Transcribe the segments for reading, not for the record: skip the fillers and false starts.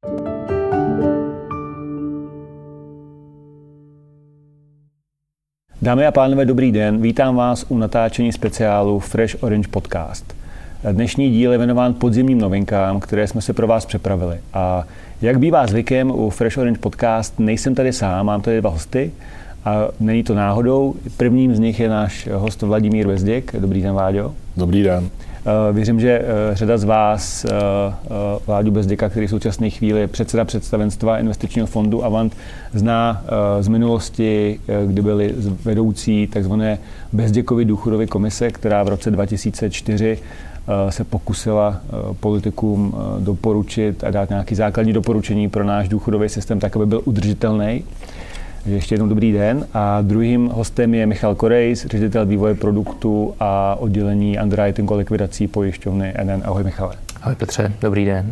Dámy a pánové, dobrý den. Vítám vás u natáčení speciálu Fresh Orange Podcast. Dnešní díl je věnován podzimním novinkám, které jsme se pro vás připravili. A jak bývá zvykem u Fresh Orange Podcast, nejsem tady sám, mám tady dva hosty a není to náhodou. Prvním z nich je náš host Vladimír Bezděk. Dobrý den, Vláďo. Dobrý den. Věřím, že řada z vás Vláďu Bezděka, který v současné chvíli je předseda představenstva investičního fondu Avant, zná z minulosti, kdy byli vedoucí takzvané Bezděkovy důchodové komise, která v roce 2004 se pokusila politikům doporučit a dát nějaké základní doporučení pro náš důchodový systém, tak aby byl udržitelný. Ještě jednou dobrý den. A druhým hostem je Michal Korejs, ředitel vývoje produktu a oddělení underwritingu a likvidací pojišťovny NN. Ahoj, Michale. Ahoj, Petře, dobrý den.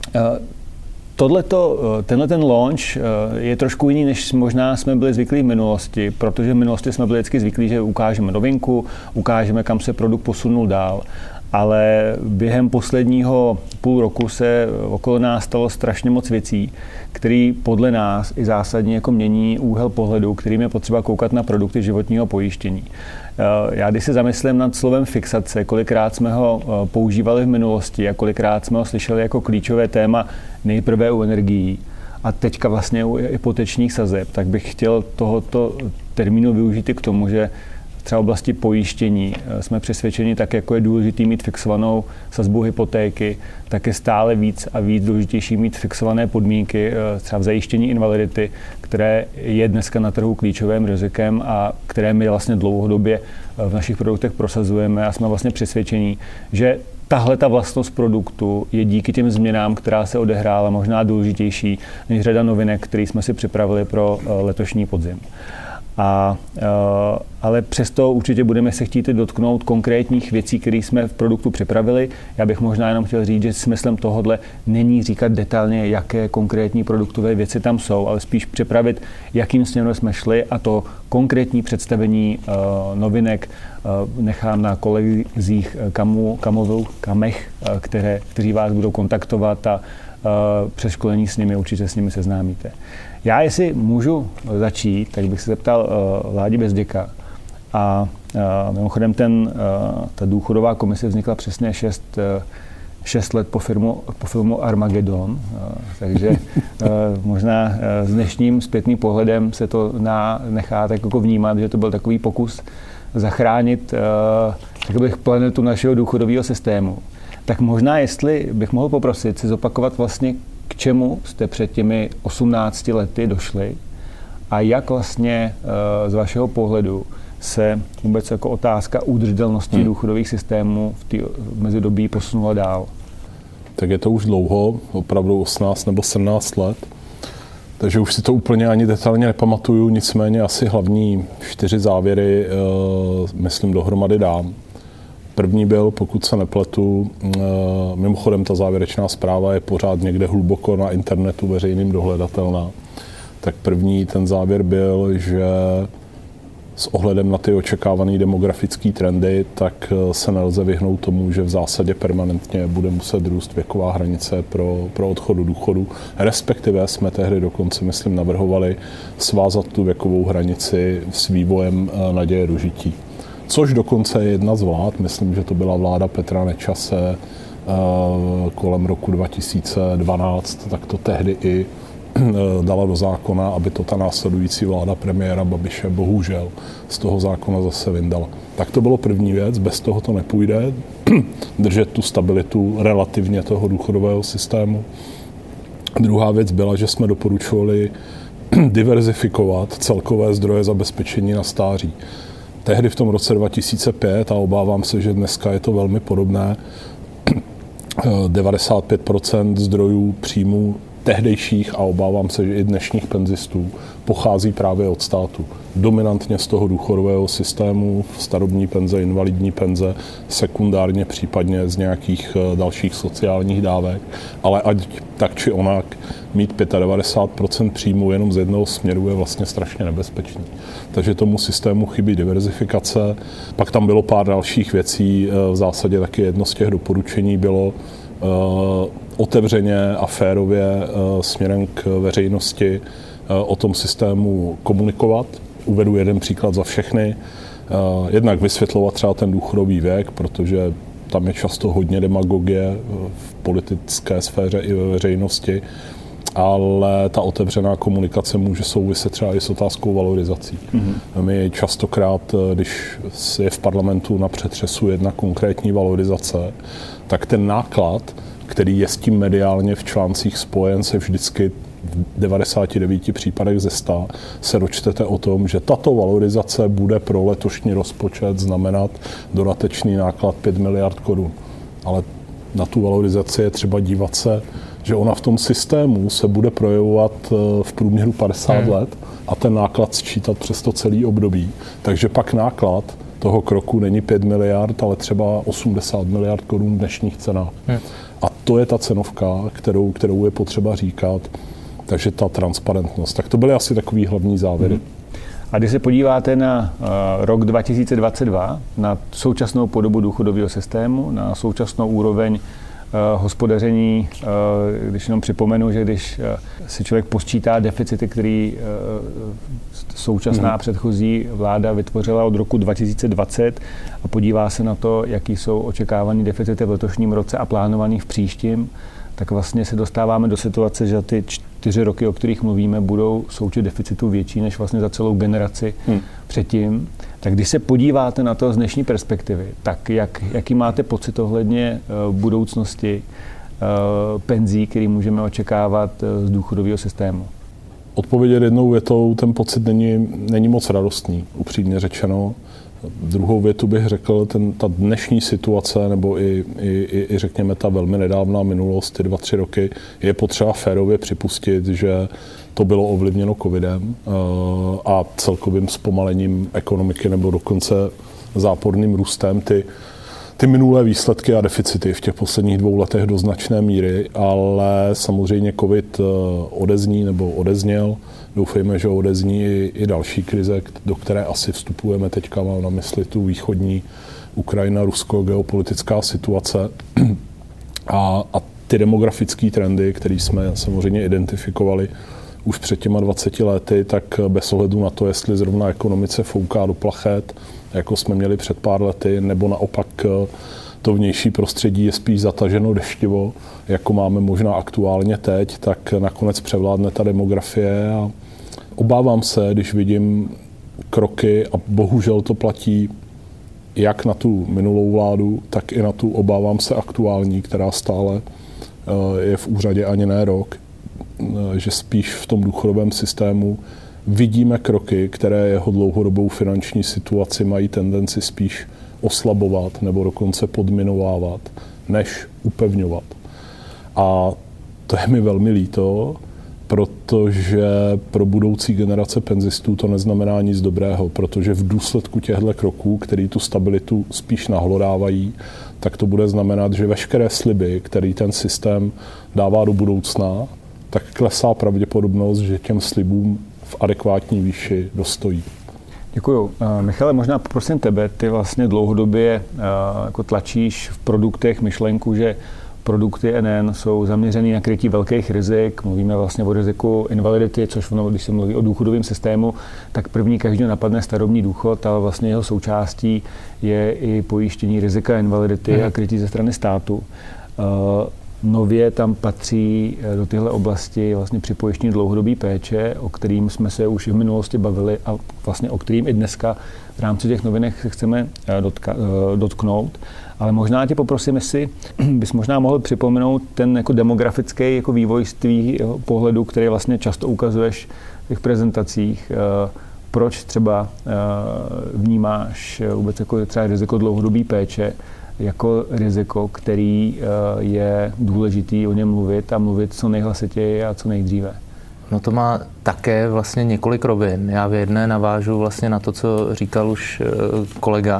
Tenhle ten launch je trošku jiný, než možná jsme byli zvyklí v minulosti, protože v minulosti jsme byli vždycky zvyklí, že ukážeme novinku, ukážeme, kam se produkt posunul dál. Ale během posledního půl roku se okolo nás stalo strašně moc věcí, které podle nás i zásadně jako mění úhel pohledu, kterým je potřeba koukat na produkty životního pojištění. Já když se zamyslím nad slovem fixace, kolikrát jsme ho používali v minulosti a kolikrát jsme ho slyšeli jako klíčové téma nejprve u energií a teďka vlastně u hypotečních sazeb, tak bych chtěl tohoto termínu využít i k tomu, že třeba v oblasti pojištění jsme přesvědčeni, tak jako je důležitý mít fixovanou sazbu hypotéky, tak je stále víc a víc důležitější mít fixované podmínky, třeba v zajištění invalidity, které je dneska na trhu klíčovým rizikem a které my vlastně dlouhodobě v našich produktech prosazujeme a jsme vlastně přesvědčení, že tahle ta vlastnost produktu je díky těm změnám, která se odehrála, možná důležitější než řada novinek, které jsme si připravili pro letošní podzim. Ale přesto určitě budeme se chtít dotknout konkrétních věcí, které jsme v produktu připravili. Já bych možná jenom chtěl říct, že smyslem tohohle není říkat detailně, jaké konkrétní produktové věci tam jsou, ale spíš připravit, jakým směrem jsme šli, a to konkrétní představení novinek nechám na kolegích Kamech, kteří vás budou kontaktovat a přes školení s nimi určitě s nimi seznámíte. Já, jestli můžu začít, tak bych se zeptal Vládi Bezděka. A mimochodem ta důchodová komise vznikla přesně 6 let po filmu Armageddon, takže možná s dnešním zpětným pohledem se to nechá tak jako vnímat, že to byl takový pokus zachránit planetu našeho důchodového systému. Tak možná, jestli bych mohl poprosit si zopakovat vlastně, k čemu jste před těmi 18 lety došli a jak vlastně z vašeho pohledu se vůbec jako otázka udržitelnosti důchodových systémů v té mezidobí posunula dál? Tak je to už dlouho, opravdu 18 nebo 17 let, takže už si to úplně ani detailně nepamatuju, nicméně asi hlavní 4 závěry, myslím, dohromady dám. První byl, pokud se nepletu, mimochodem ta závěrečná zpráva je pořád někde hluboko na internetu veřejným dohledatelná, tak první ten závěr byl, že s ohledem na ty očekávané demografické trendy, tak se nelze vyhnout tomu, že v zásadě permanentně bude muset růst věková hranice pro odchod do důchodu. Respektive jsme tehdy dokonce, myslím, navrhovali svázat tu věkovou hranici s vývojem naděje dožití. Což dokonce jedna z vlád, myslím, že to byla vláda Petra Nečase kolem roku 2012, tak to tehdy i dala do zákona, aby to ta následující vláda premiéra Babiše bohužel z toho zákona zase vyndala. Tak to bylo první věc, bez toho to nepůjde, držet tu stabilitu relativně toho důchodového systému. Druhá věc byla, že jsme doporučovali diverzifikovat celkové zdroje zabezpečení na stáří. Tehdy v tom roce 2005, a obávám se, že dneska je to velmi podobné, 95% zdrojů příjmů tehdejších a obávám se, že i dnešních penzistů pochází právě od státu. Dominantně z toho důchodového systému, starobní penze, invalidní penze, sekundárně případně z nějakých dalších sociálních dávek, ale ať tak či onak mít 95% příjmů jenom z jednoho směru je vlastně strašně nebezpečný. Takže tomu systému chybí diverzifikace. Pak tam bylo pár dalších věcí, v zásadě taky jedno z těch doporučení bylo otevřeně a férově směrem k veřejnosti o tom systému komunikovat. Uvedu jeden příklad za všechny. Jednak vysvětlovat třeba ten důchodový věk, protože tam je často hodně demagogie v politické sféře i ve veřejnosti, ale ta otevřená komunikace může souviset třeba i s otázkou valorizací. My častokrát, když je v parlamentu na přetřesu jedna konkrétní valorizace, tak ten náklad, který je s tím mediálně v článcích spojen, se vždycky v 99 případech ze 100 se dočtete o tom, že tato valorizace bude pro letošní rozpočet znamenat dodatečný náklad 5 miliard korun. Ale na tu valorizaci je třeba dívat se, že ona v tom systému se bude projevovat v průměru 50 let a ten náklad sčítat přes to celý období. Takže pak náklad toho kroku není 5 miliard, ale třeba 80 miliard korun v dnešních cenách. A to je ta cenovka, kterou je potřeba říkat. Takže ta transparentnost. Tak to byly asi takový hlavní závěry. A když se podíváte na rok 2022, na současnou podobu důchodového systému, na současnou úroveň hospodaření, když jenom připomenu, že když si člověk posčítá deficity, který současná předchozí vláda vytvořila od roku 2020 a podívá se na to, jaký jsou očekávané deficity v letošním roce a plánovaný v příštím, tak vlastně se dostáváme do situace, že ty 4 roky, o kterých mluvíme, budou součet deficitu větší než vlastně za celou generaci předtím. Tak když se podíváte na to z dnešní perspektivy, tak jaký máte pocit ohledně budoucnosti penzí, který můžeme očekávat z důchodového systému? Odpovědět jednou větou, ten pocit není moc radostný, upřímně řečeno. Druhou větu bych řekl, ta dnešní situace, nebo i řekněme ta velmi nedávná minulost, ty 2-3 roky, je potřeba férově připustit, že to bylo ovlivněno covidem a celkovým zpomalením ekonomiky nebo dokonce záporným růstem. Ty minulé výsledky a deficity v těch posledních 2 letech do značné míry, ale samozřejmě covid odezní nebo odezněl. Doufejme, že odezní i další krize, do které asi vstupujeme teďka, mám na mysli tu východní Ukrajina, Rusko, geopolitická situace a ty demografické trendy, které jsme samozřejmě identifikovali už před těma 20 lety, tak bez ohledu na to, jestli zrovna ekonomice fouká do plachet, jako jsme měli před pár lety, nebo naopak to vnější prostředí je spíš zataženo deštivo, jako máme možná aktuálně teď, tak nakonec převládne ta demografie a obávám se, když vidím kroky, a bohužel to platí jak na tu minulou vládu, tak i na tu, obávám se, aktuální, která stále je v úřadě ani ne rok, že spíš v tom důchodovém systému vidíme kroky, které jeho dlouhodobou finanční situaci mají tendenci spíš oslabovat nebo dokonce podminovávat, než upevňovat. A to je mi velmi líto, protože pro budoucí generace penzistů to neznamená nic dobrého, protože v důsledku těchto kroků, který tu stabilitu spíš nahlodávají, tak to bude znamenat, že veškeré sliby, který ten systém dává do budoucna, tak klesá pravděpodobnost, že těm slibům v adekvátní výši dostojí. Děkuju. Michale, možná poprosím tebe, ty vlastně dlouhodobě jako tlačíš v produktech myšlenku, že produkty NN jsou zaměřený na krytí velkých rizik. Mluvíme vlastně o riziku invalidity, což když se mluví o důchodovém systému, tak první každý napadne starobní důchod, ale vlastně jeho součástí je i pojištění rizika invalidity a krytí ze strany státu. Nově tam patří do téhle oblasti vlastně připojištění dlouhodobé péče, o kterým jsme se už v minulosti bavili a vlastně o kterým i dneska v rámci těch novinek se chceme dotknout. Ale možná tě poprosím, jestli bys možná mohl připomenout ten jako demografický jako vývoj z tvýho pohledu, který vlastně často ukazuješ v těch prezentacích. Proč třeba vnímáš vůbec jako třeba riziko dlouhodobé péče jako riziko, který je důležitý o něm mluvit a mluvit co nejhlasitěji a co nejdříve? No to má také vlastně několik rovin. Já v jedné navážu vlastně na to, co říkal už kolega,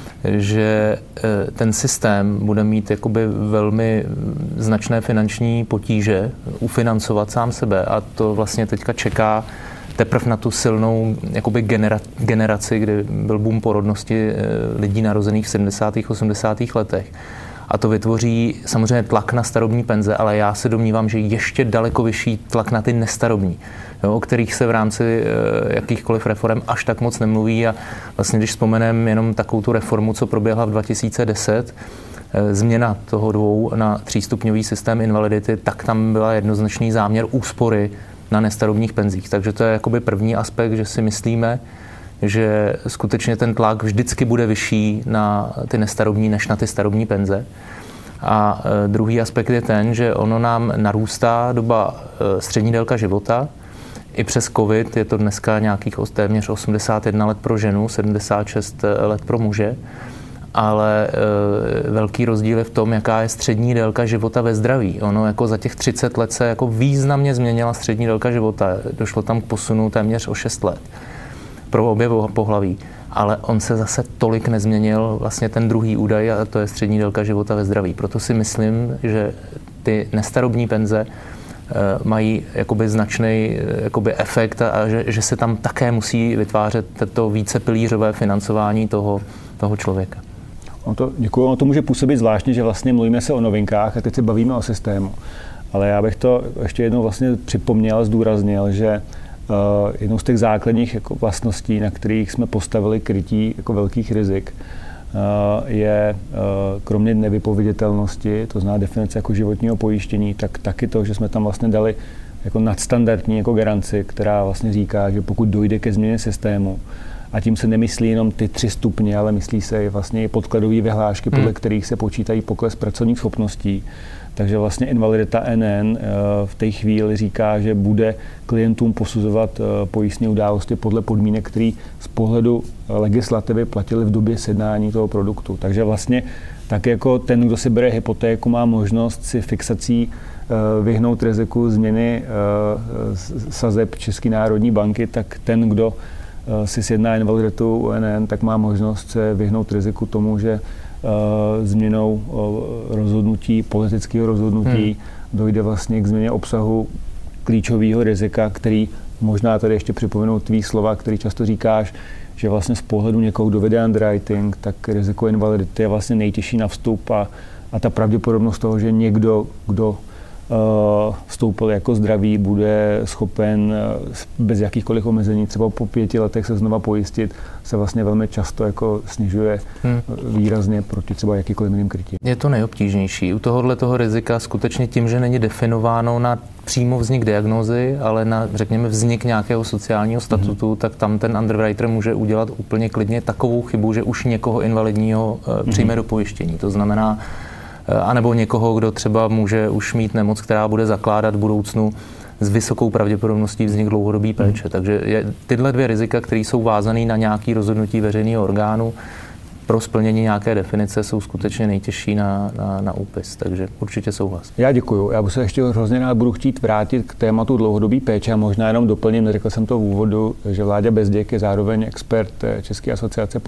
že ten systém bude mít jakoby velmi značné finanční potíže ufinancovat sám sebe a to vlastně teďka čeká teprve na tu silnou jakoby generaci, kdy byl boom porodnosti lidí narozených v 70. 80. letech. a to vytvoří samozřejmě tlak na starobní penze, ale já se domnívám, že ještě daleko vyšší tlak na ty nestarobní, jo, o kterých se v rámci jakýchkoliv reform až tak moc nemluví. A vlastně, když vzpomeneme jenom takovou tu reformu, co proběhla v 2010, změna toho 2 na 3stupňový systém invalidity, tak tam byla jednoznačný záměr úspory na nestarobních penzích. Takže to je jakoby první aspekt, že si myslíme, že skutečně ten tlak vždycky bude vyšší na ty nestarobní než na ty starobní penze. A druhý aspekt je ten, že ono nám narůstá doba střední délka života. I přes covid je to dneska nějakých téměř 81 let pro ženu, 76 let pro muže. Ale velký rozdíl je v tom, jaká je střední délka života ve zdraví. Ono jako za těch 30 let se jako významně změnila střední délka života. Došlo tam k posunu téměř o 6 let pro obě pohlaví. Ale on se zase tolik nezměnil vlastně ten druhý údaj, a to je střední délka života ve zdraví. Proto si myslím, že ty nestarobní penze mají jakoby značný jakoby efekt a že se tam také musí vytvářet to vícepilířové financování toho člověka. Děkuji, ono to může působit zvláštně, že vlastně mluvíme se o novinkách a teď se bavíme o systému. Ale já bych to ještě jednou vlastně připomněl, zdůraznil, že jednou z těch základních jako vlastností, na kterých jsme postavili krytí jako velkých rizik, je kromě nevypověditelnosti, to znamená definice jako životního pojištění, tak taky to, že jsme tam vlastně dali jako nadstandardní jako garanci, která vlastně říká, že pokud dojde ke změně systému, a tím se nemyslí jenom ty 3 stupně, ale myslí se i vlastně i podkladové vyhlášky, podle kterých se počítají pokles pracovních schopností. Takže vlastně invalidita NN v té chvíli říká, že bude klientům posuzovat pojistné události podle podmínek, které z pohledu legislativy platily v době sjednání toho produktu. Takže vlastně tak jako ten, kdo si bere hypotéku, má možnost si fixací vyhnout riziku změny sazeb České národní banky, tak ten, kdo si sjedná invaliditu UNN, tak má možnost se vyhnout riziku tomu, že změnou rozhodnutí, politického rozhodnutí dojde vlastně k změně obsahu klíčového rizika, který možná tady ještě připomenu tvý slova, který často říkáš, že vlastně z pohledu někoho, kdo vede underwriting, tak riziko invalidity je vlastně nejtěžší na vstup a ta pravděpodobnost toho, že někdo, kdo vstoupil jako zdravý, bude schopen bez jakýchkoliv omezení třeba po 5 letech se znova pojistit, se vlastně velmi často jako snižuje výrazně proti třeba jakýkoliv jiným krytím. Je to nejobtížnější. U tohoto rizika skutečně tím, že není definováno na přímo vznik diagnózy, ale na, řekněme, vznik nějakého sociálního statutu, tak tam ten underwriter může udělat úplně klidně takovou chybu, že už někoho invalidního přijme do pojištění. To znamená, anebo někoho, kdo třeba může už mít nemoc, která bude zakládat v budoucnu s vysokou pravděpodobností vznik dlouhodobý péče. Takže tyhle 2 rizika, které jsou vázané na nějaké rozhodnutí veřejného orgánu, pro splnění nějaké definice jsou skutečně nejtěžší na úpis, takže určitě souhlas. Já děkuju. Já bych se ještě hrozně rád budu chtít vrátit k tématu dlouhodobý péče a možná jenom doplním, neřekl jsem to v úvodu, že Vláďa Bezděk je zároveň expert České asociace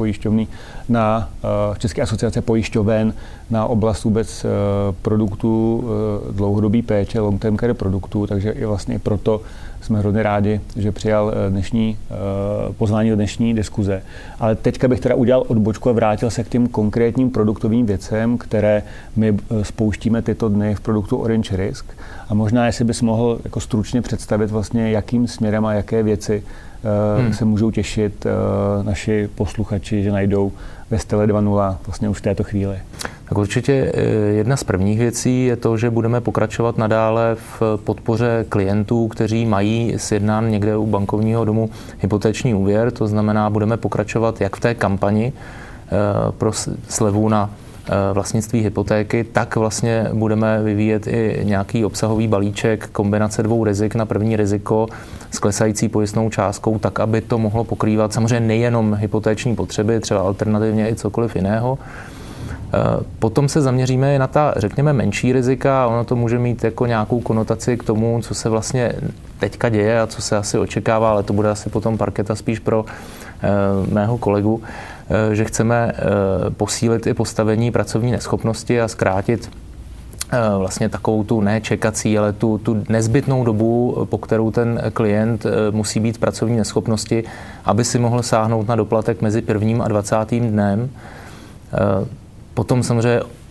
pojišťoven na oblast vůbec produktů dlouhodobý péče, long-term care produktů, takže i vlastně proto jsme hrozně rádi, že přijal pozvání do dnešní diskuze. Ale teďka bych teda udělal odbočku a vrátil se k těm konkrétním produktovým věcem, které my spouštíme tyto dny v produktu Orange Risk. A možná, jestli bys mohl jako stručně představit vlastně, jakým směrem a jaké věci se můžou těšit naši posluchači, že najdou ve Stele 2.0 vlastně už v této chvíli. Tak určitě jedna z prvních věcí je to, že budeme pokračovat nadále v podpoře klientů, kteří mají sjednán někde u bankovního domu hypoteční úvěr. To znamená, budeme pokračovat jak v té kampani pro slevu na vlastnictví hypotéky, tak vlastně budeme vyvíjet i nějaký obsahový balíček, kombinace 2 rizik. Na první riziko s klesající pojistnou částkou, tak aby to mohlo pokrývat samozřejmě nejenom hypotéční potřeby, třeba alternativně i cokoliv jiného. Potom se zaměříme i na ta, řekněme, menší rizika. Ono to může mít jako nějakou konotaci k tomu, co se vlastně teďka děje a co se asi očekává, ale to bude asi potom parketa spíš pro mého kolegu, že chceme posílit i postavení pracovní neschopnosti a zkrátit vlastně takovou tu ne čekací, ale tu nezbytnou dobu, po kterou ten klient musí být v pracovní neschopnosti, aby si mohl sáhnout na doplatek mezi 1. a 20. dnem. Potom samozřejmě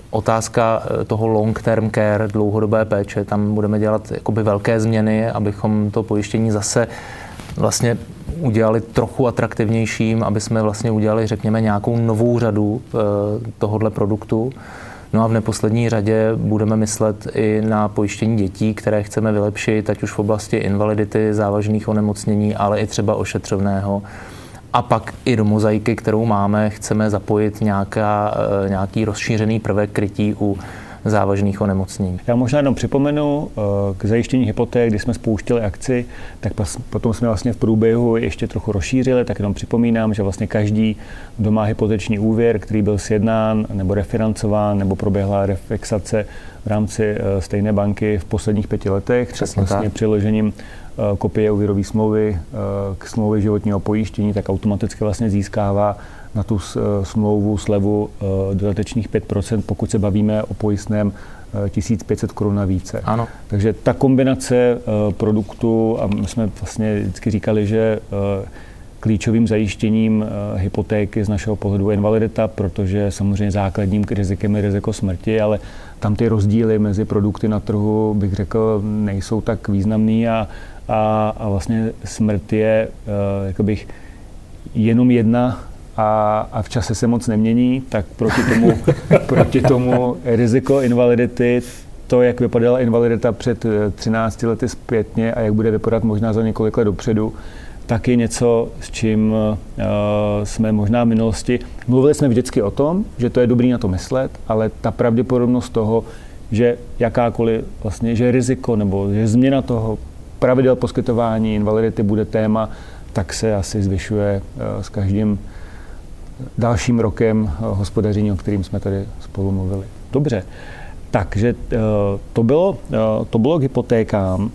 otázka toho long term care, dlouhodobé péče, tam budeme dělat jakoby velké změny, abychom to pojištění zase vlastně udělali trochu atraktivnějším, aby jsme vlastně udělali, řekněme, nějakou novou řadu tohohle produktu. No a v neposlední řadě budeme myslet i na pojištění dětí, které chceme vylepšit, ať už v oblasti invalidity, závažných onemocnění, ale i třeba ošetřovného. A pak i do mozaiky, kterou máme, chceme zapojit nějaký rozšířený prvek krytí u závažných onemocnění. Já možná jenom připomenu, k zajištění hypoték, kdy jsme spouštěli akci, tak potom jsme vlastně v průběhu ještě trochu rozšířili, tak jenom připomínám, že vlastně každý, kdo má hypoteční úvěr, který byl sjednán nebo refinancován, nebo proběhla refixace v rámci stejné banky v posledních 5 letech, přesně tak vlastně přiložením kopie úvěrové smlouvy k smlouvě životního pojištění, tak automaticky vlastně získává na tu smlouvu slevu dodatečných 5%, pokud se bavíme o pojistném 1500 korun a více. Ano. Takže ta kombinace produktu, a my jsme vlastně vždycky říkali, že klíčovým zajištěním hypotéky z našeho pohledu je invalidita, protože samozřejmě základním rizikem je riziko smrti, ale tam ty rozdíly mezi produkty na trhu, bych řekl, nejsou tak významný a vlastně smrt je jakoby jenom jedna a v čase se moc nemění, tak proti tomu riziko invalidity, to, jak vypadala invalidita před 13 lety zpětně a jak bude vypadat možná za několik let dopředu, tak je něco, s čím jsme možná v minulosti. Mluvili jsme vždycky o tom, že to je dobrý na to myslet, ale ta pravděpodobnost toho, že jakákoliv vlastně, že riziko nebo že změna toho pravidel poskytování invalidity bude téma, tak se asi zvyšuje s každým dalším rokem hospodaření, o kterým jsme tady spolu mluvili. Dobře, takže to bylo k hypotékám.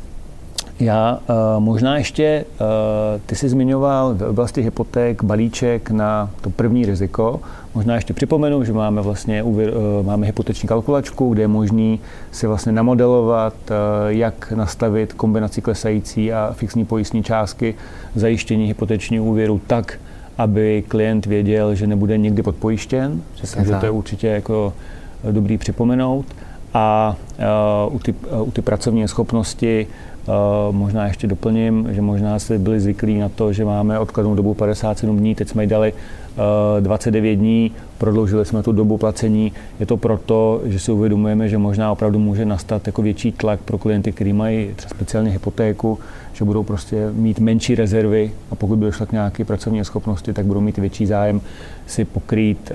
Já možná ještě, ty jsi zmiňoval v oblasti hypoték balíček na to první riziko. Možná ještě připomenu, že máme vlastně máme hypoteční kalkulačku, kde je možný si vlastně namodelovat, jak nastavit kombinaci klesající a fixní pojistní částky zajištění hypotečního úvěru tak, aby klient věděl, že nebude nikdy podpojištěn. Takže to je určitě jako dobrý připomenout. A u ty pracovní schopnosti možná ještě doplním, že možná jste byli zvyklí na to, že máme odkladnou dobu 57 dní, teď jsme ji dali 29 dní, prodloužili jsme tu dobu placení. Je to proto, že si uvědomujeme, že možná opravdu může nastat jako větší tlak pro klienty, kteří mají třeba speciálně hypotéku, že budou prostě mít menší rezervy a pokud by došlo k nějaké pracovní schopnosti, tak budou mít větší zájem si pokrýt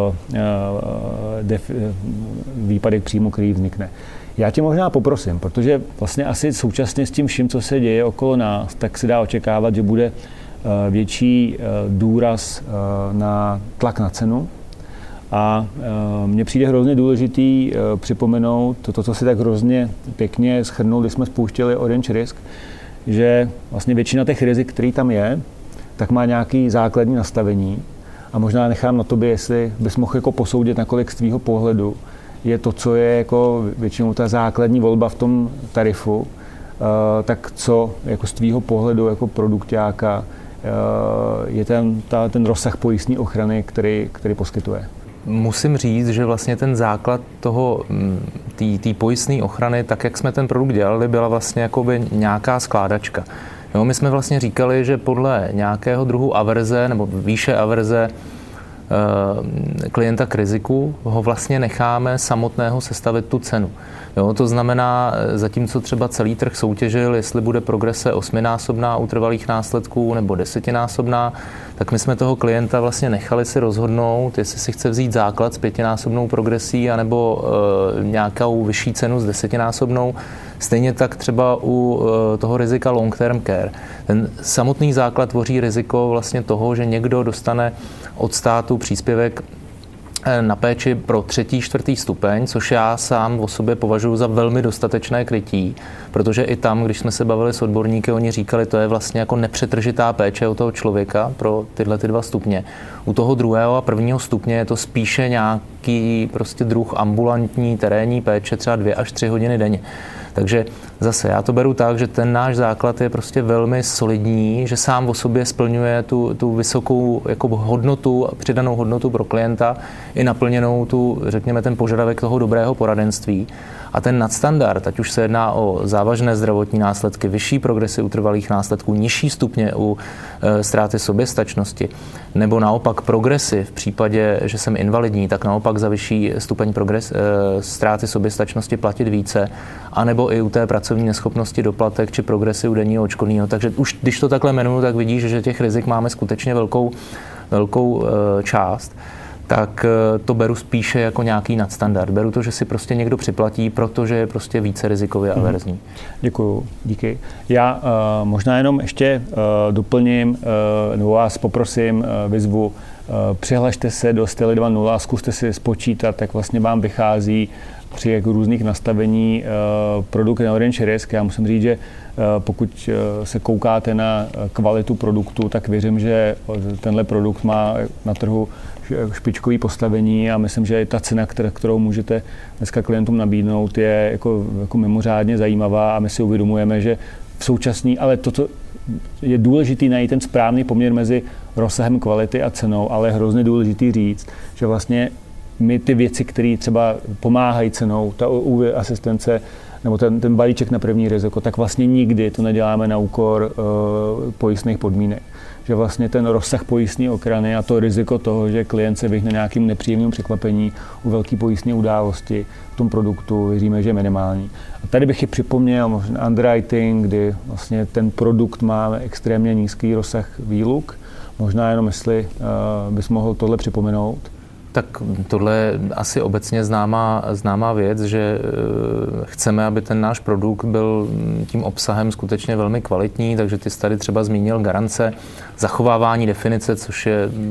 výpadek příjmu, který vznikne. Já tě možná poprosím, protože vlastně asi současně s tím vším, co se děje okolo nás, tak se dá očekávat, že bude větší důraz na tlak na cenu. A mně přijde hrozně důležitý připomenout to, co si tak hrozně pěkně shrnul, když jsme spouštěli Orange Risk, že vlastně většina těch rizik, který tam je, tak má nějaký základní nastavení. A možná nechám na tobě, jestli bys mohl jako posoudit, nakolik z tvýho pohledu je to, co je jako většinou ta základní volba v tom tarifu, tak co jako z tvýho pohledu jako produkťáka je ten rozsah pojistné ochrany, který poskytuje? Musím říct, že vlastně ten základ té pojistné ochrany, tak jak jsme ten produkt dělali, byla vlastně jakoby nějaká skládačka. Jo, my jsme vlastně říkali, že podle nějakého druhu averze nebo výše averze klienta k riziku ho vlastně necháme samotného sestavit tu cenu. Jo, to znamená, zatímco třeba celý trh soutěžil, jestli bude progrese 8násobná u trvalých následků nebo 10násobná, tak my jsme toho klienta vlastně nechali si rozhodnout, jestli si chce vzít základ s 5násobnou progresí anebo nějakou vyšší cenu s 10násobnou. Stejně tak třeba u toho rizika long term care. Ten samotný základ tvoří riziko vlastně toho, že někdo dostane od státu příspěvek na péči pro 3., 4. stupeň, což já sám o sobě považuji za velmi dostatečné krytí, protože i tam, když jsme se bavili s odborníky, oni říkali, to je vlastně jako nepřetržitá péče u toho člověka pro tyhle 2 stupně. U toho 2. a 1. stupně je to spíše nějaký prostě druh ambulantní, terénní péče, třeba 2 až 3 hodiny denně. Takže zase já to beru tak, že ten náš základ je prostě velmi solidní, že sám o sobě splňuje tu vysokou jako hodnotu, přidanou hodnotu pro klienta i naplněnou řekněme, ten požadavek toho dobrého poradenství. A ten nadstandard, ať už se jedná o závažné zdravotní následky, vyšší progresy u trvalých následků, nižší stupně u ztráty soběstačnosti, nebo naopak progresy v případě, že jsem invalidní, tak naopak za vyšší stupeň ztráty soběstačnosti platit více, anebo i u té pracovní neschopnosti doplatek či progresy u denního odškodného. Takže už když to takhle jmenuju, tak vidíš, že těch rizik máme skutečně velkou část. Tak to beru spíše jako nějaký nadstandard. Beru to, že si prostě někdo připlatí, protože je prostě více rizikově averzní. Děkuju, díky. Já možná jenom ještě doplním, nebo vás poprosím, vyzvu, přihlašte se do Stely 2.0 a zkuste si spočítat, jak vlastně vám vychází při jako různých nastavení produkt na Orange Risk. Já musím říct, že pokud se koukáte na kvalitu produktu, tak věřím, že tenhle produkt má na trhu špičkový postavení a myslím, že ta cena, kterou můžete dneska klientům nabídnout, je jako mimořádně zajímavá a my si uvědomujeme, že v současný, ale to, co je důležitý najít ten správný poměr mezi rozsahem kvality a cenou, ale je hrozně důležitý říct, že vlastně my ty věci, které třeba pomáhají cenou, ta UV asistence nebo ten balíček na první riziko, tak vlastně nikdy to neděláme na úkor pojistných podmínek. Že vlastně ten rozsah pojistné ochrany a to riziko toho, že klient se vyhne nějakým nepříjemným překvapení u velké pojistné události v tom produktu, věříme, že je minimální. A tady bych i připomněl možná underwriting, kdy vlastně ten produkt má extrémně nízký rozsah výluk. Možná jenom jestli bys mohl tohle připomenout. Tak tohle je asi obecně známá věc, že chceme, aby ten náš produkt byl tím obsahem skutečně velmi kvalitní, takže ty jsi tady třeba zmínil garance, zachovávání definice, což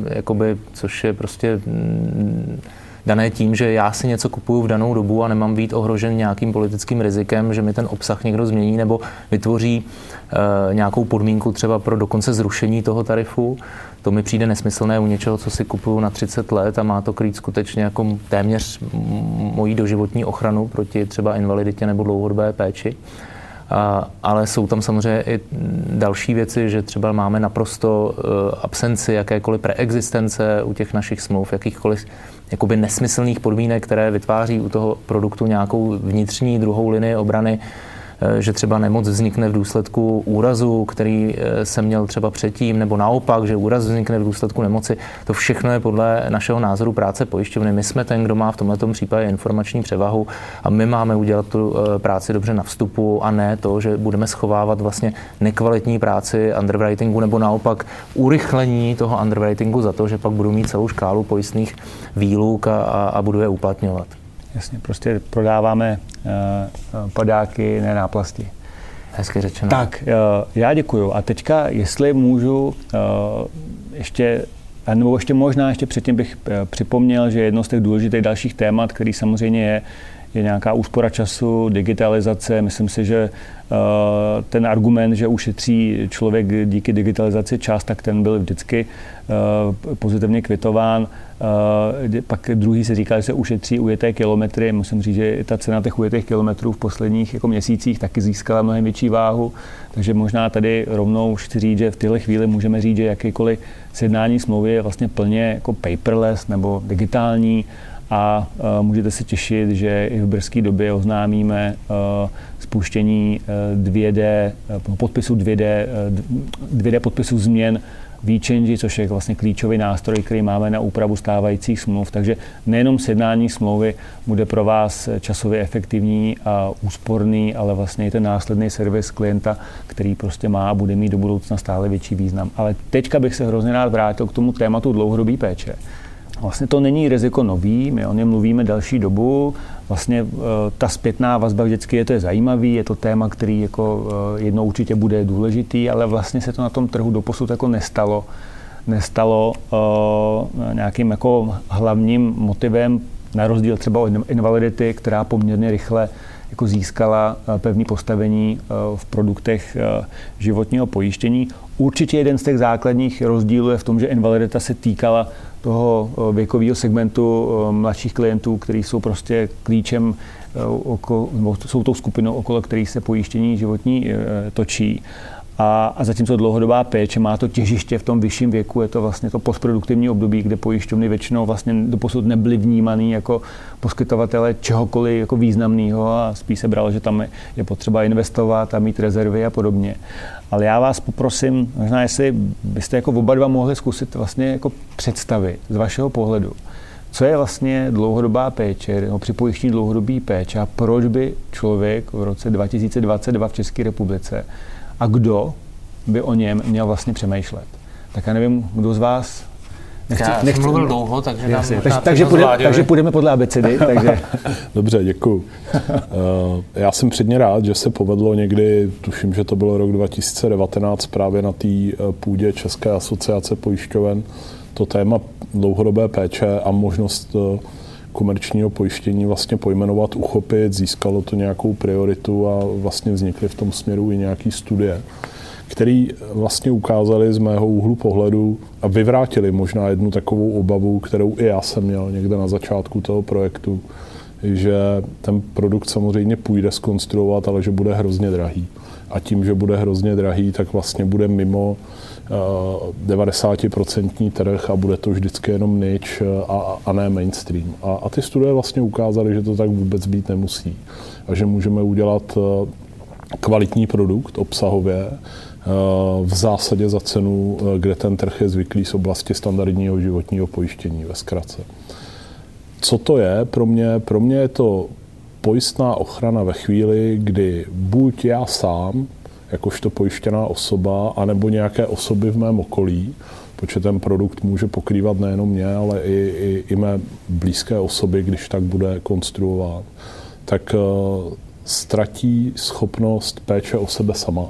je prostě dané tím, že já si něco kupuju v danou dobu a nemám být ohrožen nějakým politickým rizikem, že mi ten obsah někdo změní nebo vytvoří nějakou podmínku třeba pro dokonce zrušení toho tarifu. To mi přijde nesmyslné u něčeho, co si kupuju na 30 let a má to krýt skutečně jako téměř mojí doživotní ochranu proti třeba invaliditě nebo dlouhodobé péči. Ale jsou tam samozřejmě i další věci, že třeba máme naprosto absenci jakékoliv preexistence u těch našich smluv, jakýchkoliv jakoby nesmyslných podmínek, které vytváří u toho produktu nějakou vnitřní druhou linii obrany, že třeba nemoc vznikne v důsledku úrazu, který jsem měl třeba předtím, nebo naopak, že úraz vznikne v důsledku nemoci. To všechno je podle našeho názoru práce pojišťovny. My jsme ten, kdo má v tomto případě informační převahu a my máme udělat tu práci dobře na vstupu a ne to, že budeme schovávat vlastně nekvalitní práci underwritingu nebo naopak urychlení toho underwritingu za to, že pak budu mít celou škálu pojistných výluk a budu je uplatňovat. Jasně, prostě prodáváme padáky, ne náplasti. Hezky řečeno. Tak, já děkuju. A teďka, jestli můžu ještě možná předtím bych připomněl, že jedno z těch důležitých dalších témat, který samozřejmě je nějaká úspora času, digitalizace. Myslím si, že ten argument, že ušetří člověk díky digitalizaci čas, tak ten byl vždycky pozitivně kvitován. Pak druhý se říká, že se ušetří ujeté kilometry. Musím říct, že ta cena těch ujetých kilometrů v posledních jako měsících taky získala mnohem větší váhu. Takže možná tady rovnou chci říct, že v téhle chvíli můžeme říct, že jakýkoliv sjednání smlouvy je vlastně plně jako paperless nebo digitální. A můžete se těšit, že i v brzké době oznámíme spuštění 2D podpisu změn V-Change, což je vlastně klíčový nástroj, který máme na úpravu stávajících smluv. Takže nejenom sjednání smlouvy bude pro vás časově efektivní a úsporný, ale vlastně i ten následný servis klienta, který prostě má a bude mít do budoucna stále větší význam. Ale teďka bych se hrozně rád vrátil k tomu tématu dlouhodobé péče. Vlastně to není riziko nový, my o něm mluvíme další dobu. Vlastně ta zpětná vazba vždycky je zajímavý, je to téma, který jako jednou určitě bude důležitý, ale vlastně se to na tom trhu doposud jako nestalo nějakým jako hlavním motivem, na rozdíl třeba od invalidity, která poměrně rychle jako získala pevné postavení v produktech životního pojištění. Určitě jeden z těch základních rozdílů je v tom, že invalidita se týkala toho věkového segmentu mladších klientů, kteří jsou prostě klíčem jsou tou skupinou, okolo kterých se pojištění životní točí. A zatímco dlouhodobá péče má to těžiště v tom vyšším věku, je to vlastně to postproduktivní období, kde pojišťovny většinou vlastně doposud nebyly vnímaný jako poskytovatele čehokoliv jako významného a spíš se bralo, že tam je potřeba investovat a mít rezervy a podobně. Ale já vás poprosím, možná jestli byste jako oba dva mohli zkusit vlastně jako představit z vašeho pohledu, co je vlastně dlouhodobá péče, nebo připojištění dlouhodobý péče a proč by člověk v roce 2022 v České republice a kdo by o něm měl vlastně přemýšlet. Tak já nevím, kdo z vás... Nechci mluvil dlouho, takže takže půjdeme podle abecedy. Takže... Dobře, děkuju. Já jsem předně rád, že se povedlo někdy, tuším, že to bylo rok 2019, právě na té půdě České asociace pojišťoven, to téma dlouhodobé péče a možnost komerčního pojištění vlastně pojmenovat, uchopit, získalo to nějakou prioritu a vlastně vznikly v tom směru i nějaké studie, které vlastně ukázaly z mého úhlu pohledu a vyvrátily možná jednu takovou obavu, kterou i já jsem měl někde na začátku toho projektu, že ten produkt samozřejmě půjde zkonstruovat, ale že bude hrozně drahý. A tím, že bude hrozně drahý, tak vlastně bude mimo 90% trh a bude to vždycky jenom niche a ne mainstream. A ty studie vlastně ukázaly, že to tak vůbec být nemusí. A že můžeme udělat kvalitní produkt obsahově v zásadě za cenu, kde ten trh je zvyklý z oblasti standardního životního pojištění ve zkratce. Co to je? Pro mě je to pojistná ochrana ve chvíli, kdy buď já sám, jakožto pojištěná osoba, anebo nějaké osoby v mém okolí, protože ten produkt může pokrývat nejenom mě, ale i mé blízké osoby, když tak bude konstruován, tak ztratí schopnost péče o sebe sama.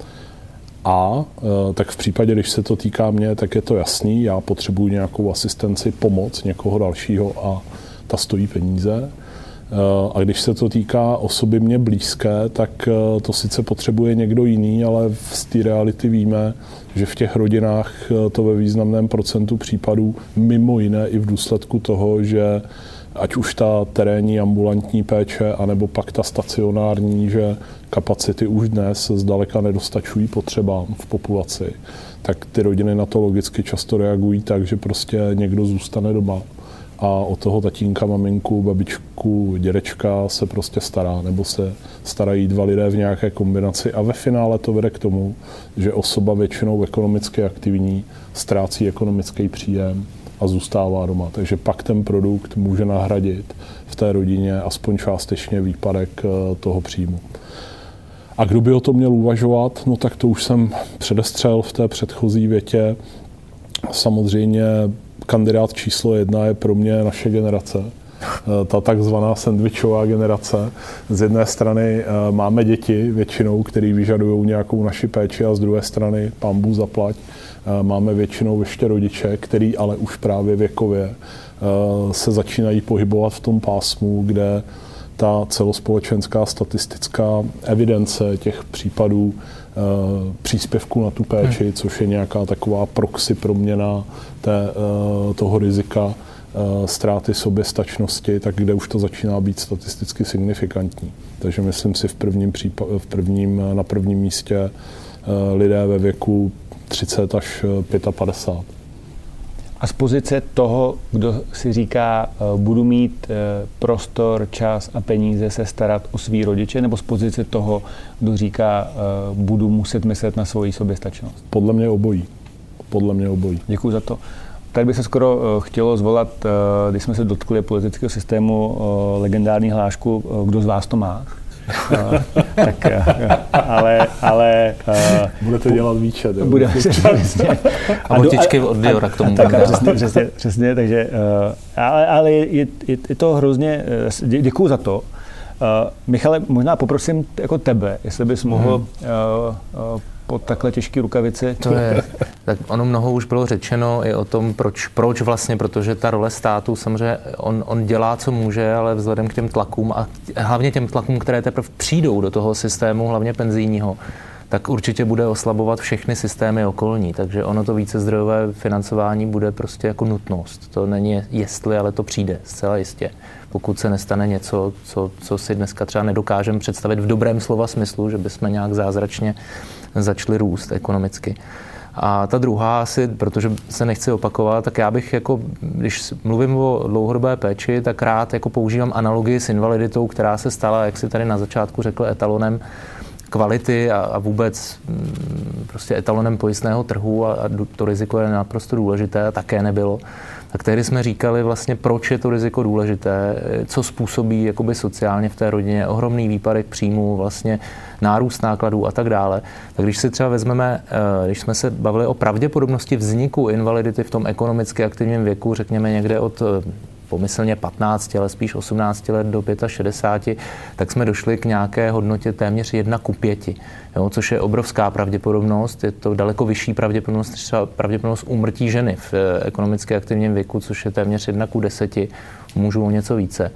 A tak v případě, když se to týká mě, tak je to jasný, já potřebuji nějakou asistenci, pomoc někoho dalšího a ta stojí peníze. A když se to týká osoby mě blízké, tak to sice potřebuje někdo jiný, ale z té reality víme, že v těch rodinách to ve významném procentu případů, mimo jiné i v důsledku toho, že ať už ta terénní ambulantní péče, anebo pak ta stacionární, že kapacity už dnes zdaleka nedostačují potřebám v populaci, tak ty rodiny na to logicky často reagují tak, že prostě někdo zůstane doma a o toho tatínka, maminku, babičku, dědečka se prostě stará, nebo se starají dva lidé v nějaké kombinaci a ve finále to vede k tomu, že osoba většinou ekonomicky aktivní ztrácí ekonomický příjem a zůstává doma. Takže pak ten produkt může nahradit v té rodině aspoň částečně výpadek toho příjmu. A kdo by o tom měl uvažovat? No tak to už jsem předestřel v té předchozí větě. Samozřejmě kandidát číslo 1 je pro mě naše generace. Ta takzvaná sandwichová generace. Z jedné strany máme děti většinou, který vyžadují nějakou naši péči a z druhé strany pán Bůh zaplať. Máme většinou ještě rodiče, který ale už právě věkově se začínají pohybovat v tom pásmu, kde ta celospolečenská statistická evidence těch případů příspěvku na tu péči, což je nějaká taková proxy proměna toho rizika ztráty soběstačnosti, tak kde už to začíná být statisticky signifikantní. Takže myslím si na prvním místě lidé ve věku 30 až 55. A z pozice toho, kdo si říká, budu mít prostor, čas a peníze se starat o svý rodiče, nebo z pozice toho, kdo říká, budu muset myslet na svoji soběstačnost? Podle mě obojí. Děkuji za to. Tady by se skoro chtělo zvolat, když jsme se dotkli politického systému, legendární hlášku, kdo z vás to má? Ale budete dělat výčet. Budeme se dělat a botičky od Diora k tomu. Přesně, takže, ale je to hrozně, děkuju za to. Michale, možná poprosím jako tebe, jestli bys mohl pod takhle těžké rukavici. Tak ono mnoho už bylo řečeno i o tom, proč vlastně, protože ta role státu samozřejmě, on dělá, co může, ale vzhledem k těm tlakům a hlavně těm tlakům, které teprve přijdou do toho systému, hlavně penzijního, tak určitě bude oslabovat všechny systémy okolní. Takže ono to vícezdrojové financování bude prostě jako nutnost. To není jestli, ale to přijde zcela jistě. pokud se nestane něco, co si dneska třeba nedokážeme představit v dobrém slova smyslu, že bychom nějak zázračně začali růst ekonomicky. A ta druhá asi, protože se nechci opakovat, tak já bych jako, když mluvím o dlouhodobé péči, tak rád jako používám analogii s invaliditou, která se stala, jak si tady na začátku řekl, etalonem kvality a vůbec prostě etalonem pojistného trhu a to riziko je naprosto důležité a také nebylo. Tak tehdy jsme říkali vlastně, proč je to riziko důležité, co způsobí jakoby sociálně v té rodině, ohromný výpadek příjmů, vlastně nárůst nákladů a tak dále. Tak když si třeba vezmeme, když jsme se bavili o pravděpodobnosti vzniku invalidity v tom ekonomicky aktivním věku, řekněme někde od pomyslně 15, ale spíš 18 let do 65, tak jsme došli k nějaké hodnotě téměř 1:5, jo, což je obrovská pravděpodobnost. Je to daleko vyšší pravděpodobnost, třeba pravděpodobnost úmrtí ženy v ekonomicky aktivním věku, což je téměř 1:10, mužů o něco více.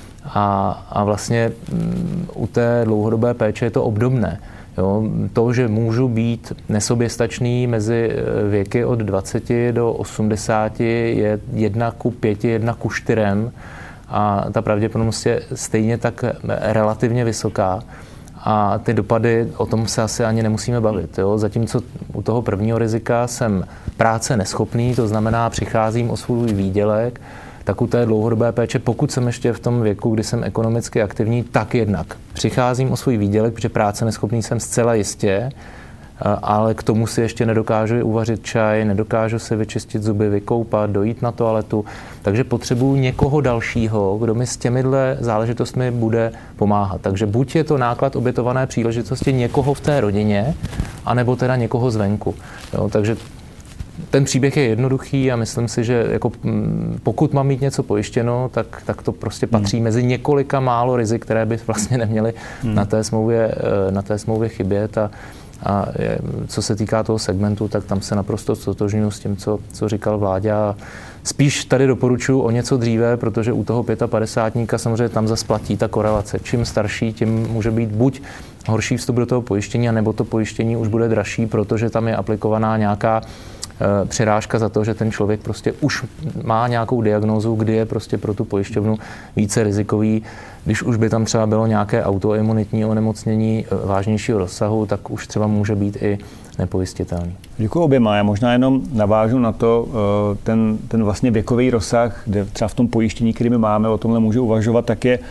A vlastně u té dlouhodobé péče je to obdobné. Jo, to, že můžu být nesoběstačný mezi věky od 20 do 80 je 1:5, 1:4 a ta pravděpodobnost je stejně tak relativně vysoká. A ty dopady, o tom se asi ani nemusíme bavit. Jo? Zatímco u toho prvního rizika jsem práce neschopný, to znamená přicházím o svůj výdělek, tak u té dlouhodobé péče, pokud jsem ještě v tom věku, kdy jsem ekonomicky aktivní, tak jednak přicházím o svůj výdělek, protože práce neschopný jsem zcela jistě, ale k tomu si ještě nedokážu uvařit čaj, nedokážu si vyčistit zuby, vykoupat, dojít na toaletu, takže potřebuju někoho dalšího, kdo mi s těmihle záležitostmi bude pomáhat. Takže buď je to náklad obětované příležitosti někoho v té rodině, anebo teda někoho zvenku. Jo, takže ten příběh je jednoduchý a myslím si, že jako pokud mám mít něco pojištěno, tak to prostě patří mezi několika málo rizik, které by vlastně neměly na té smlouvě chybět. A co se týká toho segmentu, tak tam se naprosto ztotožňuji s tím, co říkal Vláďa. Spíš tady doporučuji o něco dříve, protože u toho 55 samozřejmě tam zas platí ta korelace. Čím starší, tím může být buď horší vstup do toho pojištění, anebo to pojištění už bude dražší, protože tam je aplikovaná nějaká přirážka za to, že ten člověk prostě už má nějakou diagnózu, kdy je prostě pro tu pojišťovnu více rizikový. Když už by tam třeba bylo nějaké autoimunitní onemocnění vážnějšího rozsahu, tak už třeba může být i nepojistitelný. Děkuji oběma. Já možná jenom navážu na to, ten vlastně věkový rozsah, kde třeba v tom pojištění, který my máme, o tomhle můžu uvažovat, tak je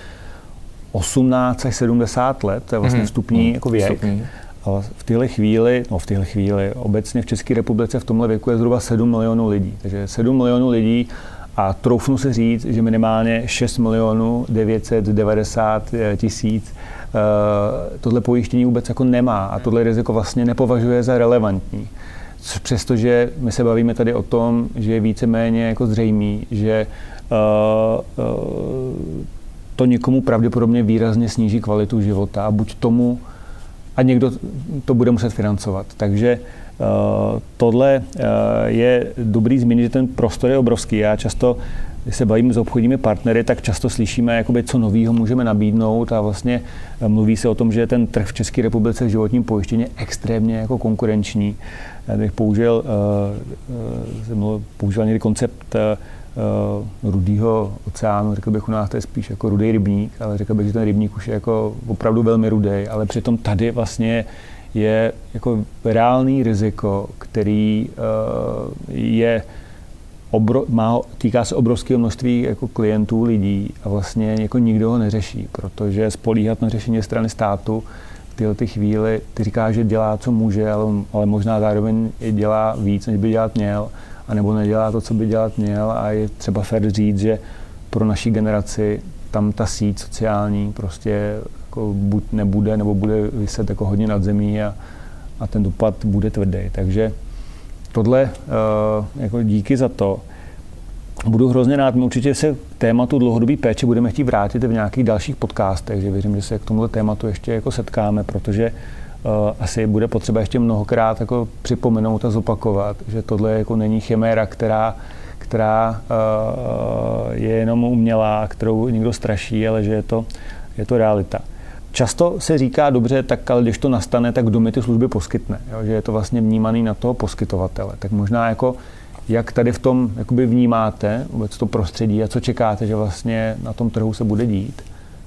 18 až 70 let, to je vlastně vstupní jako věk. Vstupní. Ale v téhle chvíli, obecně v České republice v tomhle věku je zhruba 7 milionů lidí. Takže 7 milionů lidí a troufnu se říct, že minimálně 6 milionů 990 tisíc tohle pojištění vůbec jako nemá a tohle riziko vlastně nepovažuje za relevantní. Přestože my se bavíme tady o tom, že je víceméně jako zřejmý, že to někomu pravděpodobně výrazně sníží kvalitu života a buď tomu a někdo to bude muset financovat. Takže tohle je dobrý zmínit, že ten prostor je obrovský. Já často, když se bavím s obchodními partnery, tak často slyšíme, jakoby, co novýho můžeme nabídnout a vlastně mluví se o tom, že ten trh v České republice v životním pojištění je extrémně jako konkurenční. Já bych použil někdy koncept rudýho oceánu, řekl bych u nás, to je spíš jako rudý rybník, ale řekl bych, že ten rybník už je jako opravdu velmi rudý, ale přitom tady vlastně je jako reálný riziko, který týká se obrovského množství jako klientů, lidí a vlastně jako nikdo ho neřeší, protože spolíhat na řešení strany státu v této chvíli, ty říká, že dělá, co může, ale možná zároveň dělá víc, než by dělat měl, anebo nedělá to, co by dělat měl a je třeba fér říct, že pro naší generaci tam ta síť sociální prostě jako buď nebude, nebo bude viset jako hodně nad zemí a ten dopad bude tvrdý. Takže tohle jako díky za to. Budu hrozně rád, my určitě se k tématu dlouhodobé péče budeme chtít vrátit v nějakých dalších podcastech, že věřím, že se k tomuto tématu ještě jako setkáme, protože asi bude potřeba ještě mnohokrát jako připomenout a zopakovat, že tohle jako není chiméra, která je jenom umělá, kterou někdo straší, ale že je to realita. Často se říká, dobře, tak ale když to nastane, tak kdo mi ty služby poskytne, jo? Že je to vlastně vnímaný na toho poskytovatele. Tak možná jako Jak tady v tom jakoby vnímáte vůbec to prostředí a co čekáte, že vlastně na tom trhu se bude dít?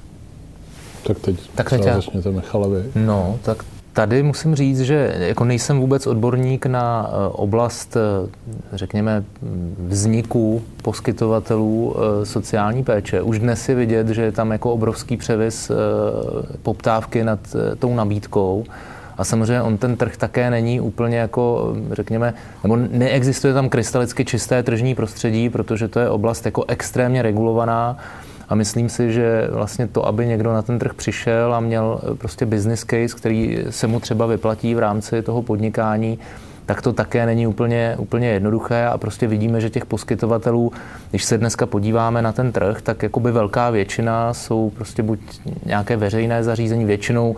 Tak teď začněte, Michale, vy. No, tak tady musím říct, že jako nejsem vůbec odborník na oblast, řekněme, vzniku poskytovatelů sociální péče. Už dnes je vidět, že je tam jako obrovský převis poptávky nad tou nabídkou. A samozřejmě on ten trh také není úplně jako, řekněme, nebo neexistuje tam krystalicky čisté tržní prostředí, protože to je oblast jako extrémně regulovaná. A myslím si, že vlastně to, aby někdo na ten trh přišel a měl prostě business case, který se mu třeba vyplatí v rámci toho podnikání, tak to také není úplně jednoduché a prostě vidíme, že těch poskytovatelů, když se dneska podíváme na ten trh, tak jakoby velká většina jsou prostě buď nějaké veřejné zařízení, většinou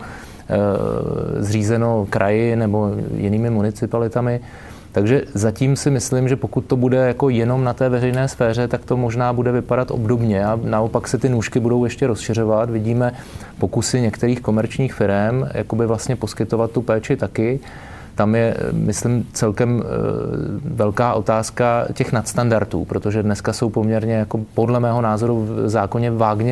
zřízeno kraji nebo jinými municipalitami. Takže zatím si myslím, že pokud to bude jako jenom na té veřejné sféře, tak to možná bude vypadat obdobně a naopak se ty nůžky budou ještě rozšiřovat. Vidíme pokusy některých komerčních firem jakoby vlastně poskytovat tu péči taky. Tam je, myslím, celkem velká otázka těch nadstandardů, protože dneska jsou poměrně jako podle mého názoru v zákoně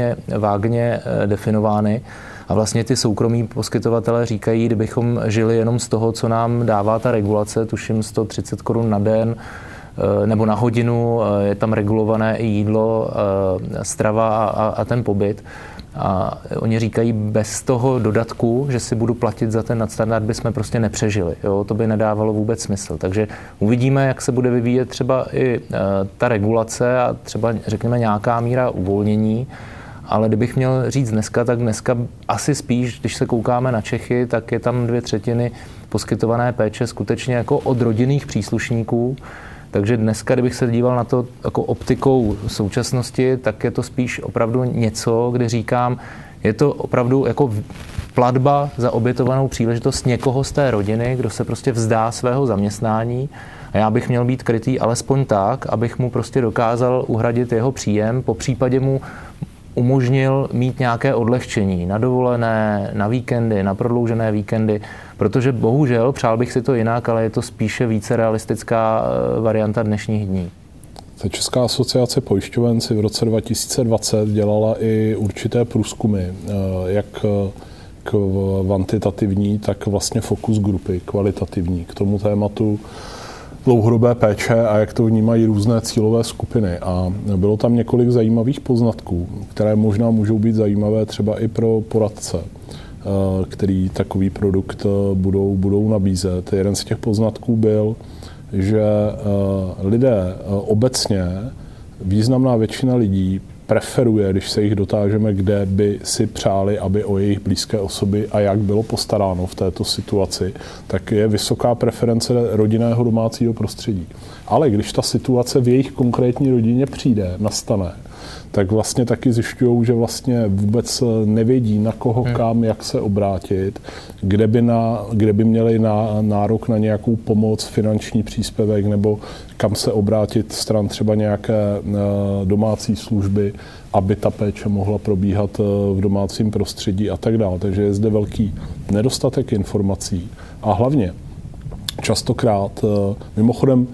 vágně definovány. A vlastně ty soukromí poskytovatelé říkají, kdybychom žili jenom z toho, co nám dává ta regulace, tuším 130 Kč na den nebo na hodinu, je tam regulované i jídlo, strava a ten pobyt. A oni říkají, bez toho dodatku, že si budu platit za ten nadstandard, bychom prostě nepřežili. Jo? To by nedávalo vůbec smysl. Takže uvidíme, jak se bude vyvíjet třeba i ta regulace a třeba řekněme nějaká míra uvolnění. Ale kdybych měl říct dneska, tak dneska asi spíš, když se koukáme na Čechy, tak je tam 2/3 poskytované péče skutečně jako od rodinných příslušníků. Takže dneska, kdybych se díval na to jako optikou současnosti, tak je to spíš opravdu něco, kde říkám, je to opravdu jako platba za obětovanou příležitost někoho z té rodiny, kdo se prostě vzdá svého zaměstnání a já bych měl být krytý alespoň tak, abych mu prostě dokázal uhradit jeho příjem, popřípadě mu umožnil mít nějaké odlehčení na dovolené, na víkendy, na prodloužené víkendy, protože bohužel, přál bych si to jinak, ale je to spíše více realistická varianta dnešních dní. Česká asociace pojišťoven si v roce 2020 dělala i určité průzkumy, jak kvantitativní, tak vlastně fokus grupy, kvalitativní k tomu tématu dlouhodobé péče a jak to vnímají různé cílové skupiny. A bylo tam několik zajímavých poznatků, které možná můžou být zajímavé třeba i pro poradce, který takový produkt budou nabízet. Jeden z těch poznatků byl, že lidé obecně, významná většina lidí preferuje, když se jich dotážeme, kde by si přáli, aby o jejich blízké osoby a jak bylo postaráno v této situaci, tak je vysoká preference rodinného domácího prostředí. Ale když ta situace v jejich konkrétní rodině přijde, nastane, tak vlastně taky zjišťují, že vlastně vůbec nevědí, na koho, kam, jak se obrátit, kde by měli nárok na nějakou pomoc, finanční příspěvek, nebo kam se obrátit stran třeba nějaké domácí služby, aby ta péče mohla probíhat v domácím prostředí a tak dále. Takže je zde velký nedostatek informací a hlavně častokrát, mimochodem,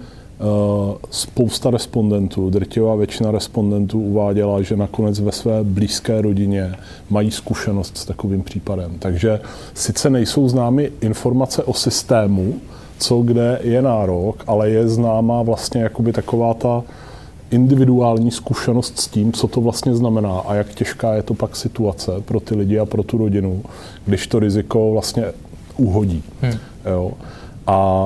spousta respondentů, drtivá většina respondentů uváděla, že nakonec ve své blízké rodině mají zkušenost s takovým případem. Takže sice nejsou známy informace o systému, co kde je nárok, ale je známá vlastně jakoby taková ta individuální zkušenost s tím, co to vlastně znamená a jak těžká je to pak situace pro ty lidi a pro tu rodinu, když to riziko vlastně uhodí. Jo. A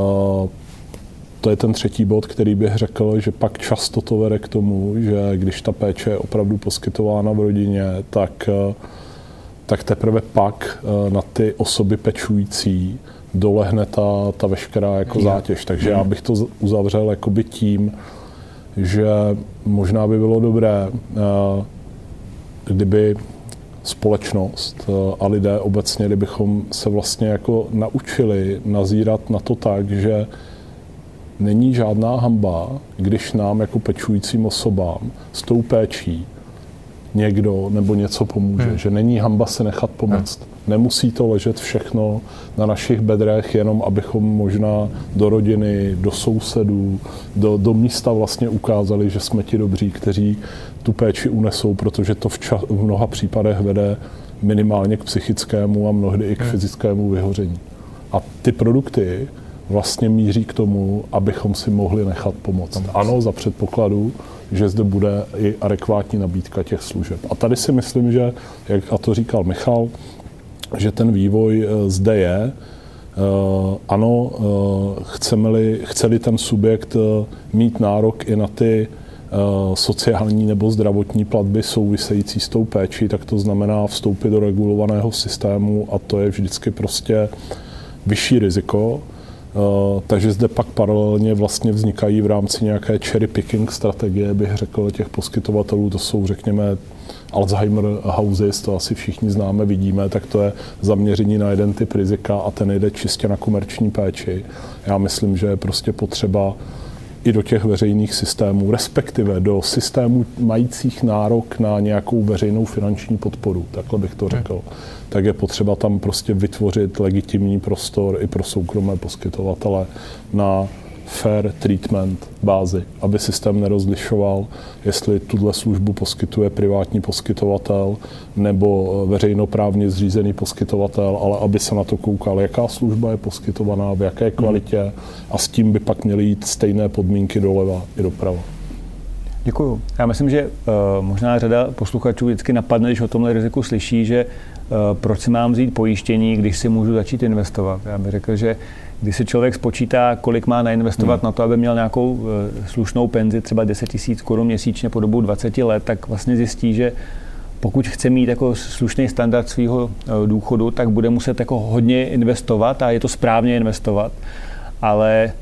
to je ten třetí bod, který bych řekl, že pak často to vede k tomu, že když ta péče je opravdu poskytována v rodině, tak teprve pak na ty osoby pečující dolehne ta veškerá jako zátěž. Takže já bych to uzavřel jakoby tím, že možná by bylo dobré, kdyby společnost a lidé obecně, kdybychom se vlastně jako naučili nazírat na to tak, že není žádná hanba, když nám jako pečujícím osobám s tou péčí někdo nebo něco pomůže, že není hanba si nechat pomoct. Nemusí to ležet všechno na našich bedrech, jenom abychom možná do rodiny, do sousedů, do místa vlastně ukázali, že jsme ti dobří, kteří tu péči unesou, protože to v mnoha případech vede minimálně k psychickému a mnohdy i k fyzickému vyhoření. A ty produkty vlastně míří k tomu, abychom si mohli nechat pomoct. Ano, za předpokladu, že zde bude i adekvátní nabídka těch služeb. A tady si myslím, že, jak a to říkal Michal, že ten vývoj zde je. Ano, chce-li ten subjekt mít nárok i na ty sociální nebo zdravotní platby související s tou péčí, tak to znamená vstoupit do regulovaného systému a to je vždycky prostě vyšší riziko. Takže zde pak paralelně vlastně vznikají v rámci nějaké cherry picking strategie, bych řekl, těch poskytovatelů, to jsou, řekněme, Alzheimer houses, to asi všichni známe, vidíme, tak to je zaměření na jeden typ rizika a ten jde čistě na komerční péči. Já myslím, že je prostě potřeba i do těch veřejných systémů, respektive do systémů majících nárok na nějakou veřejnou finanční podporu, takhle bych to řekl, tak je potřeba tam prostě vytvořit legitimní prostor i pro soukromé poskytovatele na fair treatment bázi, aby systém nerozlišoval, jestli tuhle službu poskytuje privátní poskytovatel nebo veřejnoprávně zřízený poskytovatel, ale aby se na to koukal, jaká služba je poskytovaná, v jaké kvalitě a s tím by pak měly jít stejné podmínky doleva i doprava. Děkuju. Já myslím, že možná řada posluchačů vždycky napadne, když o tomhle riziku slyší, že proč si mám vzít pojištění, když si můžu začít investovat. Já bych řekl, že když si člověk spočítá, kolik má nainvestovat na to, aby měl nějakou slušnou penzi, třeba 10 000 korun měsíčně po dobu 20 let, tak vlastně zjistí, že pokud chce mít jako slušný standard svého důchodu, tak bude muset jako hodně investovat a je to správně investovat. Ale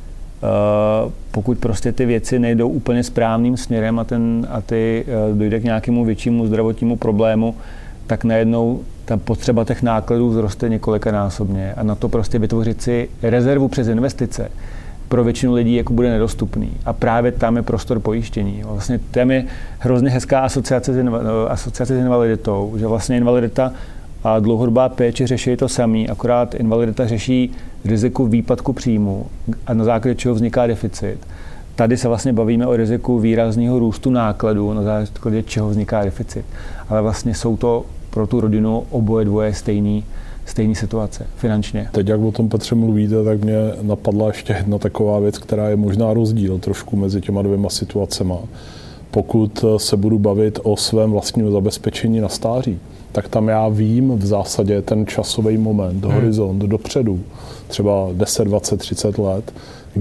pokud prostě ty věci nejdou úplně správným směrem a ty dojde k nějakému většímu zdravotnímu problému, tak najednou ta potřeba těch nákladů vzroste několikanásobně a na to prostě vytvořit si rezervu přes investice pro většinu lidí jako bude nedostupný. A právě tam je prostor pojištění. Vlastně tam je hrozně hezká asociace s invaliditou, že vlastně invalidita a dlouhodobá péče řeší to samý, akorát invalidita řeší riziku výpadku příjmu a na základě čeho vzniká deficit. Tady se vlastně bavíme o riziku výrazného růstu nákladů, na základě čeho vzniká deficit. Ale vlastně jsou to pro tu rodinu oboje dvoje stejný situace finančně. Teď, jak o tom, Petře, mluvíte, tak mě napadla ještě jedna taková věc, která je možná rozdíl trošku mezi těma dvěma situacema. Pokud se budu bavit o svém vlastním zabezpečení na stáří, tak tam já vím v zásadě ten časový moment, horizont dopředu, třeba 10, 20, 30 let,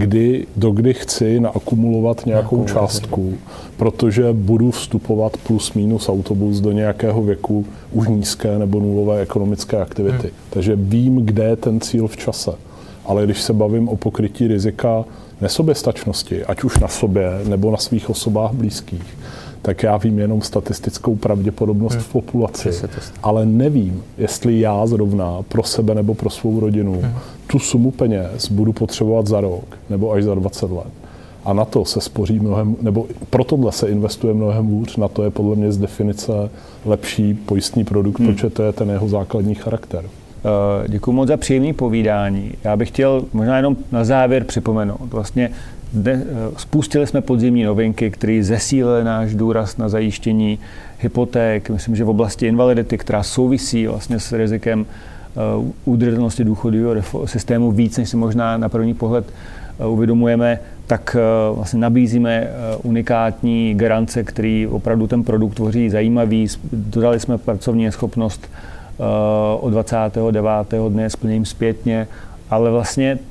dokdy chci naakumulovat nějakou částku, protože budu vstupovat plus minus autobus do nějakého věku už nízké nebo nulové ekonomické aktivity. Takže vím, kde je ten cíl v čase. Ale když se bavím o pokrytí rizika nesoběstačnosti, ať už na sobě nebo na svých osobách blízkých, tak já vím jenom statistickou pravděpodobnost v populaci, ale nevím, jestli já zrovna pro sebe nebo pro svou rodinu tu sumu peněz budu potřebovat za rok nebo až za 20 let. A na to se spoří mnohem, nebo pro tohle se investuje mnohem hůř, na to je podle mě z definice lepší pojistný produkt, protože to je ten jeho základní charakter. Děkuji moc za příjemné povídání. Já bych chtěl možná jenom na závěr připomenout. Vlastně spustili jsme podzimní novinky, které zesílily náš důraz na zajištění hypoték. Myslím, že v oblasti invalidity, která souvisí vlastně s rizikem udržitelnosti důchodového systému víc, než si možná na první pohled uvědomujeme, tak vlastně nabízíme unikátní garance, který opravdu ten produkt tvoří zajímavý. Dodali jsme pracovní neschopnost od 29. dne s plněním zpětně, ale vlastně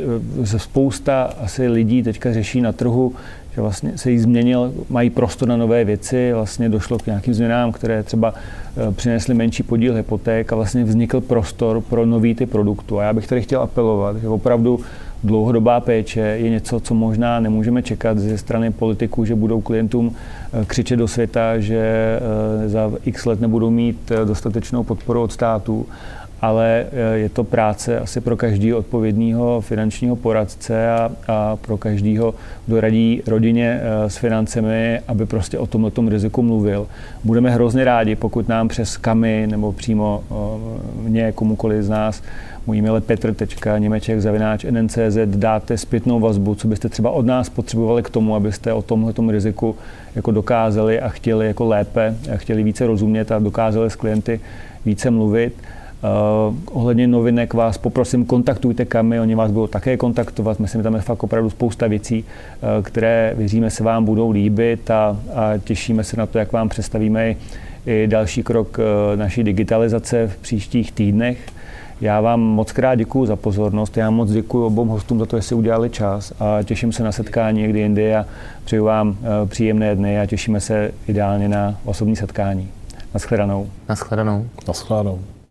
spousta asi lidí teďka řeší na trhu, že vlastně se jí změnil, mají prostor na nové věci, vlastně došlo k nějakým změnám, které třeba přinesly menší podíl hypoték a vlastně vznikl prostor pro nový typ produktů. A já bych tady chtěl apelovat, že opravdu dlouhodobá péče je něco, co možná nemůžeme čekat ze strany politiků, že budou klientům křičet do světa, že za x let nebudou mít dostatečnou podporu od státu. ale je to práce asi pro každého odpovědného finančního poradce a pro každého, kdo radí rodině s financemi, aby prostě o tomhletom riziku mluvil. Budeme hrozně rádi, pokud nám přes Kami nebo přímo mě, komukoliv z nás, můj e-mail je petr.němeček@nn.cz dáte zpětnou vazbu, co byste třeba od nás potřebovali k tomu, abyste o tomhletom riziku jako dokázali a chtěli jako lépe, a chtěli více rozumět a dokázali s klienty více mluvit. Ohledně novinek vás poprosím, kontaktujte Kami, oni vás budou také kontaktovat. Myslím, že tam je fakt opravdu spousta věcí, které věříme se vám budou líbit a těšíme se na to, jak vám představíme i další krok naší digitalizace v příštích týdnech. Já vám moc krát děkuju za pozornost, já moc děkuju obou hostům za to, že si udělali čas a těším se na setkání někdy jindy a přeju vám příjemné dny a těšíme se ideálně na osobní setkání. Naschledanou. Naschledanou. Naschledanou.